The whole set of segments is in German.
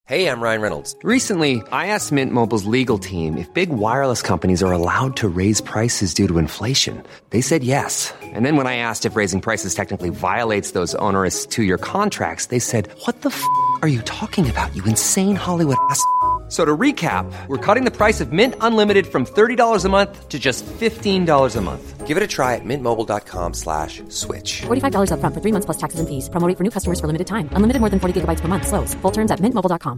Hey, I'm Ryan Reynolds. Recently, I asked Mint Mobile's legal team if big wireless companies are allowed to raise prices due to inflation. They said yes. And then when I asked if raising prices technically violates those onerous two-year contracts, they said, "What the f*** are you talking about, you insane Hollywood ass?" So to recap, we're cutting the price of Mint Unlimited from $30 a month to just $15 a month. Give it a try at mintmobile.com/switch. $45 up front for 3 months plus taxes and fees. Promo rate for new customers for limited time. Unlimited more than 40 gigabytes per month. Slows full terms at mintmobile.com.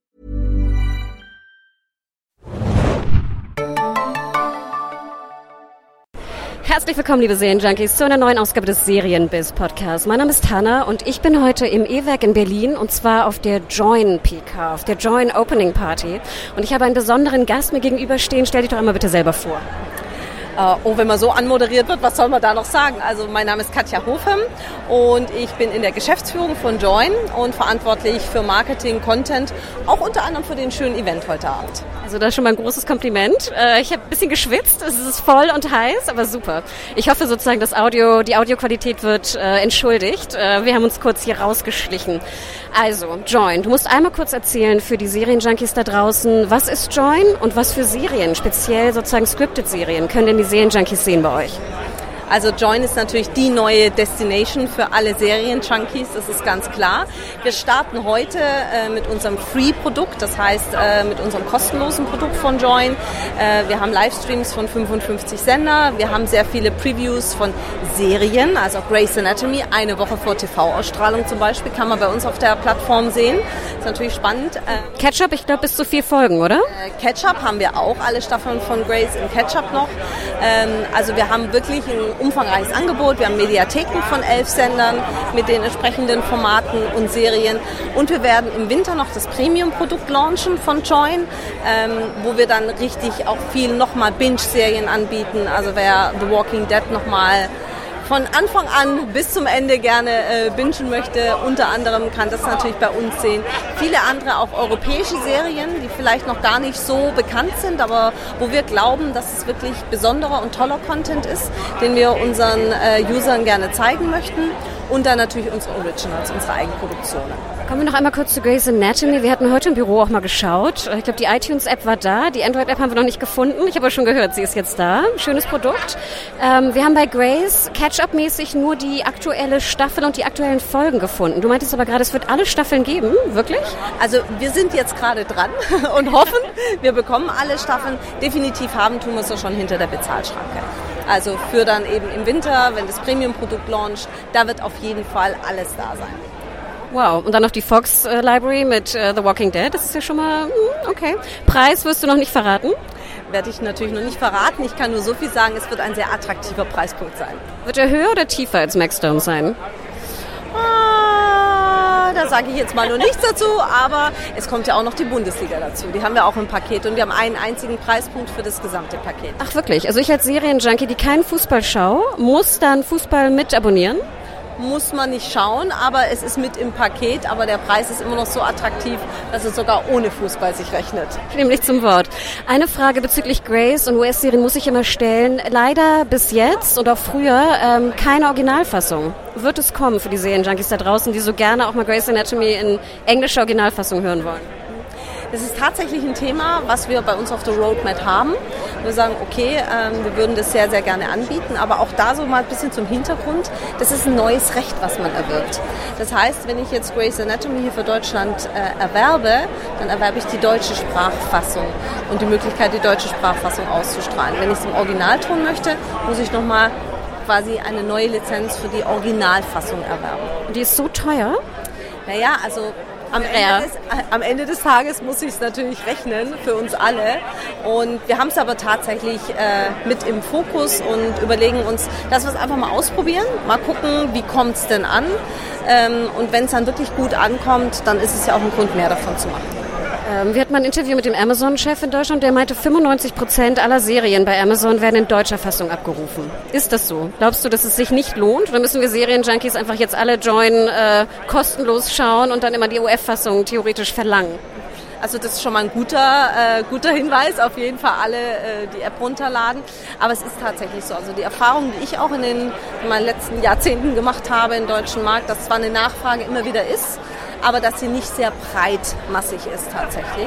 Herzlich willkommen, liebe Serienjunkies, zu einer neuen Ausgabe des Serienbiz-Podcasts. Mein Name ist Hanna und ich bin heute im E-Werk in Berlin und zwar auf der Join PK, auf der Join Opening Party. Und ich habe einen besonderen Gast mir gegenüberstehen. Stell dich doch einmal bitte selber vor. Wenn man so anmoderiert wird, was soll man da noch sagen? Also mein Name ist Katja Hofem und ich bin in der Geschäftsführung von Join und verantwortlich für Marketing, Content, auch unter anderem für den schönen Event heute Abend. Also das ist schon mal ein großes Kompliment. Ich habe ein bisschen geschwitzt, es ist voll und heiß, aber super. Ich hoffe sozusagen, die Audioqualität wird entschuldigt. Wir haben uns kurz hier rausgeschlichen. Also, Join, du musst einmal kurz erzählen für die Serienjunkies da draußen, was ist Join und was für Serien, speziell sozusagen Scripted-Serien, können denn die Serienjunkies sehen bei euch? Also Join ist natürlich die neue Destination für alle Serien-Junkies, das ist ganz klar. Wir starten heute mit unserem Free-Produkt, das heißt mit unserem kostenlosen Produkt von Join. Wir haben Livestreams von 55 Sender, wir haben sehr viele Previews von Serien, also Grey's Anatomy, eine Woche vor TV-Ausstrahlung zum Beispiel, kann man bei uns auf der Plattform sehen. Ist natürlich spannend. Catch-up, ich glaube bis zu 4 Folgen, oder? Catch-up haben wir auch, alle Staffeln von Grey's im Catch-up noch. Also wir haben wirklich ein umfangreiches Angebot. Wir haben Mediatheken von 11 Sendern mit den entsprechenden Formaten und Serien. Und wir werden im Winter noch das Premium-Produkt launchen von Join, wo wir dann richtig auch viel nochmal Binge-Serien anbieten. Also wer The Walking Dead nochmal von Anfang an bis zum Ende gerne bingen möchte, unter anderem kann das natürlich bei uns sehen. Viele andere auch europäische Serien, die vielleicht noch gar nicht so bekannt sind, aber wo wir glauben, dass es wirklich besonderer und toller Content ist, den wir unseren Usern gerne zeigen möchten. Und dann natürlich unsere Originals, unsere Eigenproduktionen. Kommen wir noch einmal kurz zu Grey's Anatomy. Wir hatten heute im Büro auch mal geschaut. Ich glaube, die iTunes-App war da. Die Android-App haben wir noch nicht gefunden. Ich habe aber schon gehört, sie ist jetzt da. Schönes Produkt. Wir haben bei Grey's Catch-up-mäßig nur die aktuelle Staffel und die aktuellen Folgen gefunden. Du meintest aber gerade, es wird alle Staffeln geben. Wirklich? Also wir sind jetzt gerade dran und hoffen, wir bekommen alle Staffeln. Definitiv haben tun wir es schon hinter der Bezahlschranke. Also für dann eben im Winter, wenn das Premium-Produkt launcht, da wird auf jeden Fall alles da sein. Wow, und dann noch die Fox Library mit The Walking Dead, das ist ja schon mal okay. Preis wirst du noch nicht verraten? Werde ich natürlich noch nicht verraten. Ich kann nur so viel sagen, es wird ein sehr attraktiver Preispunkt sein. Wird er höher oder tiefer als Maxdome sein? Da sage ich jetzt mal nur nichts dazu, aber es kommt ja auch noch die Bundesliga dazu. Die haben wir auch im Paket und wir haben einen einzigen Preispunkt für das gesamte Paket. Ach wirklich? Also ich als Serienjunkie, die keinen Fußball schaue, muss dann Fußball mit abonnieren? Muss man nicht schauen, aber es ist mit im Paket, aber der Preis ist immer noch so attraktiv, dass es sogar ohne Fußball sich rechnet. Ich nehme dich zum Wort. Eine Frage bezüglich Grey's und US-Serien muss ich immer stellen. Leider bis jetzt und auch früher keine Originalfassung. Wird es kommen für die Serienjunkies da draußen, die so gerne auch mal Grey's Anatomy in englischer Originalfassung hören wollen? Das ist tatsächlich ein Thema, was wir bei uns auf der Roadmap haben. Wir sagen, okay, wir würden das sehr, sehr gerne anbieten, aber auch da so mal ein bisschen zum Hintergrund, das ist ein neues Recht, was man erwirbt. Das heißt, wenn ich jetzt Grey's Anatomy hier für Deutschland erwerbe, dann erwerbe ich die deutsche Sprachfassung und die Möglichkeit, die deutsche Sprachfassung auszustrahlen. Wenn ich es im Originalton möchte, muss ich nochmal quasi eine neue Lizenz für die Originalfassung erwerben. Und die ist so teuer? Naja, also am Ende des Tages muss ich es natürlich rechnen für uns alle und wir haben es aber tatsächlich mit im Fokus und überlegen uns, dass wir es einfach mal ausprobieren, mal gucken, wie kommt es denn an und wenn es dann wirklich gut ankommt, dann ist es ja auch ein Grund mehr davon zu machen. Wir hatten mal ein Interview mit dem Amazon-Chef in Deutschland, der meinte, 95% aller Serien bei Amazon werden in deutscher Fassung abgerufen. Ist das so? Glaubst du, dass es sich nicht lohnt? Oder müssen wir Serienjunkies einfach jetzt alle Join kostenlos schauen und dann immer die OF-Fassung theoretisch verlangen? Also das ist schon mal ein guter Hinweis, auf jeden Fall alle die App runterladen. Aber es ist tatsächlich so, also die Erfahrung, die ich auch in meinen letzten Jahrzehnten gemacht habe im deutschen Markt, dass zwar eine Nachfrage immer wieder ist, aber dass sie nicht sehr breitmassig ist tatsächlich.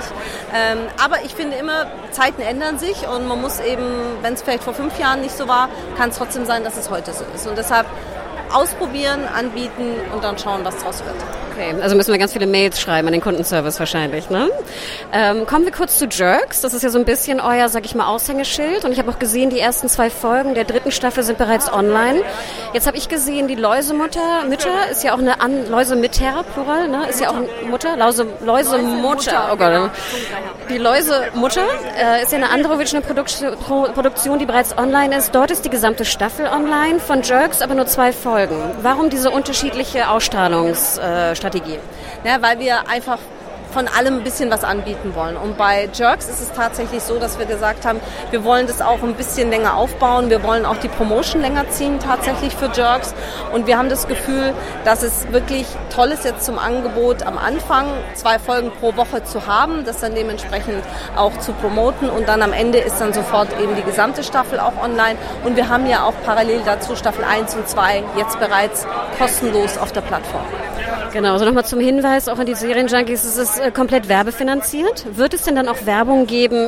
Aber ich finde immer, Zeiten ändern sich und man muss eben, wenn es vielleicht vor 5 Jahren nicht so war, kann es trotzdem sein, dass es heute so ist. Und deshalb ausprobieren, anbieten und dann schauen, was draus wird. Okay, also müssen wir ganz viele Mails schreiben an den Kundenservice wahrscheinlich, ne? Kommen wir kurz zu Jerks. Das ist ja so ein bisschen euer, sag ich mal, Aushängeschild. Und ich habe auch gesehen, die ersten 2 Folgen der 3. Staffel sind bereits online. Jetzt habe ich gesehen, die Mütter ist ja auch eine Läusemütter, Plural, ne? Ist ja auch Mutter, Läusemutter. Oh Gott. Die Läusemutter ist ja eine andere original Produktion, die bereits online ist. Dort ist die gesamte Staffel online, von Jerks aber nur 2 Folgen. Warum diese unterschiedliche Ausstrahlungsstrategie? Ja, weil wir einfach von allem ein bisschen was anbieten wollen. Und bei Jerks ist es tatsächlich so, dass wir gesagt haben, wir wollen das auch ein bisschen länger aufbauen. Wir wollen auch die Promotion länger ziehen tatsächlich für Jerks. Und wir haben das Gefühl, dass es wirklich toll ist jetzt zum Angebot am Anfang 2 Folgen pro Woche zu haben, das dann dementsprechend auch zu promoten. Und dann am Ende ist dann sofort eben die gesamte Staffel auch online. Und wir haben ja auch parallel dazu Staffel 1 und 2 jetzt bereits kostenlos auf der Plattform. Genau, also nochmal zum Hinweis, auch an die Serienjunkies, es ist komplett werbefinanziert. Wird es denn dann auch Werbung geben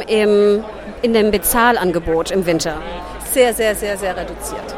in dem Bezahlangebot im Winter? Sehr, sehr, sehr, sehr reduziert.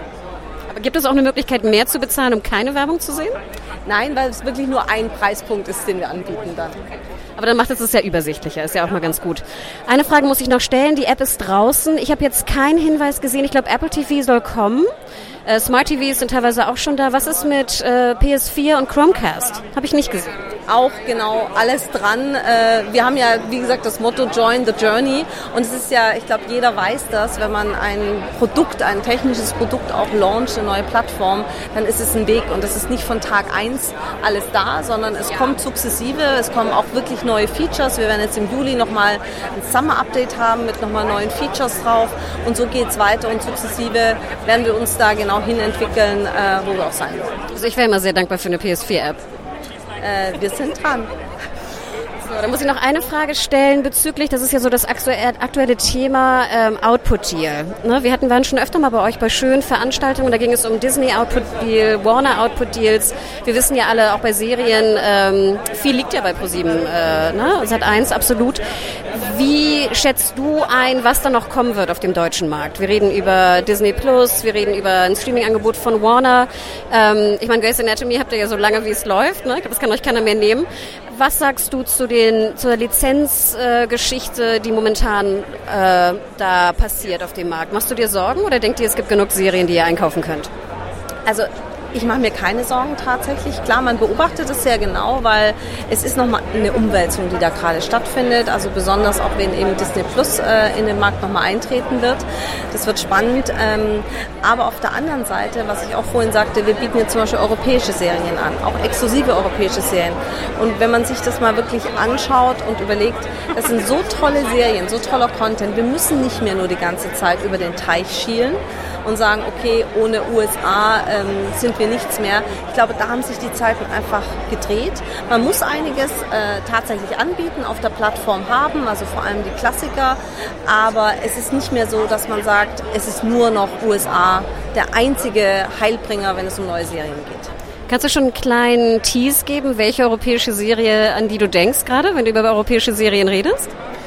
Aber gibt es auch eine Möglichkeit, mehr zu bezahlen, um keine Werbung zu sehen? Nein, weil es wirklich nur ein Preispunkt ist, den wir anbieten dann. Aber dann macht es ja übersichtlicher, ist ja auch mal ganz gut. Eine Frage muss ich noch stellen, die App ist draußen. Ich habe jetzt keinen Hinweis gesehen, ich glaube Apple TV soll kommen. Smart TVs sind teilweise auch schon da. Was ist mit PS4 und Chromecast? Habe ich nicht gesehen. Auch genau, alles dran. Wir haben ja, wie gesagt, das Motto Join the Journey. Und es ist ja, ich glaube, jeder weiß das, wenn man ein technisches Produkt auch launcht, eine neue Plattform, dann ist es ein Weg. Und es ist nicht von Tag 1 alles da, sondern es kommt sukzessive. Es kommen auch wirklich neue Features. Wir werden jetzt im Juli nochmal ein Summer-Update haben mit nochmal neuen Features drauf. Und so geht es weiter und sukzessive werden wir uns da genau hinentwickeln, wo wir auch sein wollen. Also ich wäre immer sehr dankbar für eine PS4-App. Wir sind dran. So, dann muss ich noch eine Frage stellen bezüglich, das ist ja so das aktuelle Thema Output Deal. Ne, wir waren schon öfter mal bei euch bei schönen Veranstaltungen, da ging es um Disney Output Deal, Warner Output Deals. Wir wissen ja alle, auch bei Serien, viel liegt ja bei ProSieben, ne? Sat.1 absolut. Wie schätzt du ein, was da noch kommen wird auf dem deutschen Markt? Wir reden über Disney Plus, wir reden über ein Streaming-Angebot von Warner. Ich meine, Grey's Anatomy habt ihr ja so lange, wie es läuft, ne? Das kann euch keiner mehr nehmen. Was sagst du zur Lizenzgeschichte, die momentan da passiert auf dem Markt? Machst du dir Sorgen oder denkt ihr, es gibt genug Serien, die ihr einkaufen könnt? Also ich mache mir keine Sorgen tatsächlich. Klar, man beobachtet es sehr genau, weil es ist nochmal eine Umwälzung, die da gerade stattfindet. Also besonders auch, wenn eben Disney Plus in den Markt nochmal eintreten wird. Das wird spannend. Aber auf der anderen Seite, was ich auch vorhin sagte, wir bieten jetzt zum Beispiel europäische Serien an, auch exklusive europäische Serien. Und wenn man sich das mal wirklich anschaut und überlegt, das sind so tolle Serien, so toller Content. Wir müssen nicht mehr nur die ganze Zeit über den Teich schielen und sagen, okay, ohne USA sind wir nichts mehr. Ich glaube, da haben sich die Zeiten einfach gedreht. Man muss einiges tatsächlich anbieten, auf der Plattform haben, also vor allem die Klassiker. Aber es ist nicht mehr so, dass man sagt, es ist nur noch USA der einzige Heilbringer, wenn es um neue Serien geht. Kannst du schon einen kleinen Tease geben, welche europäische Serie, an die du denkst gerade, wenn du über europäische Serien redest?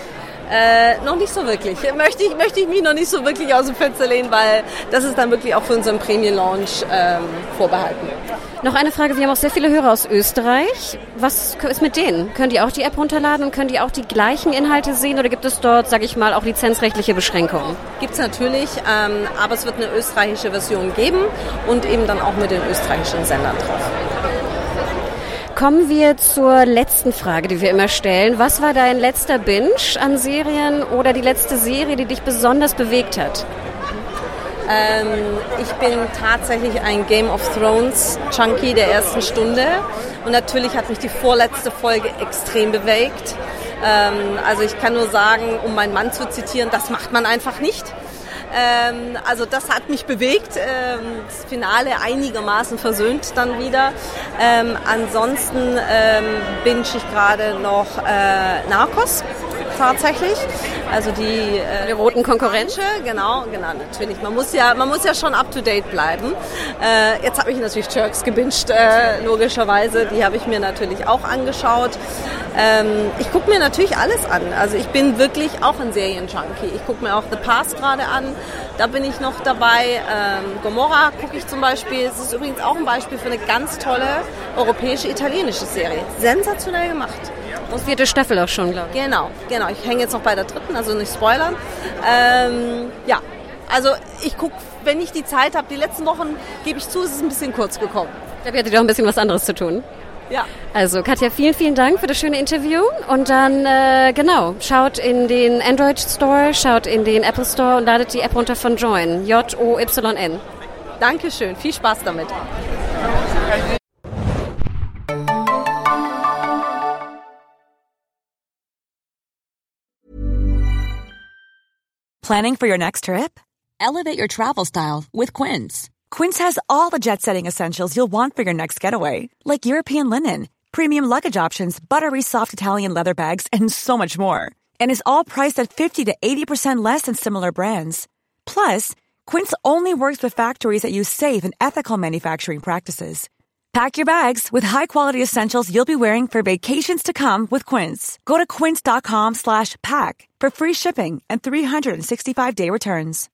Noch nicht so wirklich. Möchte ich mich noch nicht so wirklich aus dem Fenster lehnen, weil das ist dann wirklich auch für unseren Premium-Launch vorbehalten. Noch eine Frage, wir haben auch sehr viele Hörer aus Österreich. Was ist mit denen? Können die auch die App runterladen und können die auch die gleichen Inhalte sehen oder gibt es dort, sage ich mal, auch lizenzrechtliche Beschränkungen? Gibt es natürlich, aber es wird eine österreichische Version geben und eben dann auch mit den österreichischen Sendern drauf. Kommen wir zur letzten Frage, die wir immer stellen. Was war dein letzter Binge an Serien oder die letzte Serie, die dich besonders bewegt hat? Ich bin tatsächlich ein Game of Thrones Junkie der ersten Stunde und natürlich hat mich die vorletzte Folge extrem bewegt. Also ich kann nur sagen, um meinen Mann zu zitieren, das macht man einfach nicht. Also das hat mich bewegt, das Finale einigermaßen versöhnt dann wieder. Ansonsten binge ich gerade noch Narcos tatsächlich. Also die roten Konkurrenz. Genau, natürlich. Man muss ja schon up to date bleiben. Jetzt habe ich natürlich Jerks gebinged, logischerweise. Die habe ich mir natürlich auch angeschaut. Ich gucke mir natürlich alles an. Also ich bin wirklich auch ein Serienjunkie. Ich gucke mir auch The Past gerade an. Da bin ich noch dabei. Gomorrah gucke ich zum Beispiel. Es ist übrigens auch ein Beispiel für eine ganz tolle europäische-italienische Serie. Sensationell gemacht. Und 4. Staffel auch schon, glaube ich. Genau. Ich hänge jetzt noch bei der 3., also nicht spoilern. Ja, also ich gucke, wenn ich die Zeit habe. Die letzten Wochen, gebe ich zu, ist es ein bisschen kurz gekommen. Ich glaube, ihr hattet doch ein bisschen was anderes zu tun. Ja. Also Katja, vielen Dank für das schöne Interview. Und dann, schaut in den Android Store, schaut in den Apple Store und ladet die App runter von Joyn. Joyn. Dankeschön, viel Spaß damit. Planning for your next trip? Elevate your travel style with Quince. Quince has all the jet-setting essentials you'll want for your next getaway, like European linen, premium luggage options, buttery soft Italian leather bags, and so much more. And is all priced at 50 to 80% less than similar brands. Plus, Quince only works with factories that use safe and ethical manufacturing practices. Pack your bags with high-quality essentials you'll be wearing for vacations to come with Quince. Go to quince.com/pack for free shipping and 365-day returns.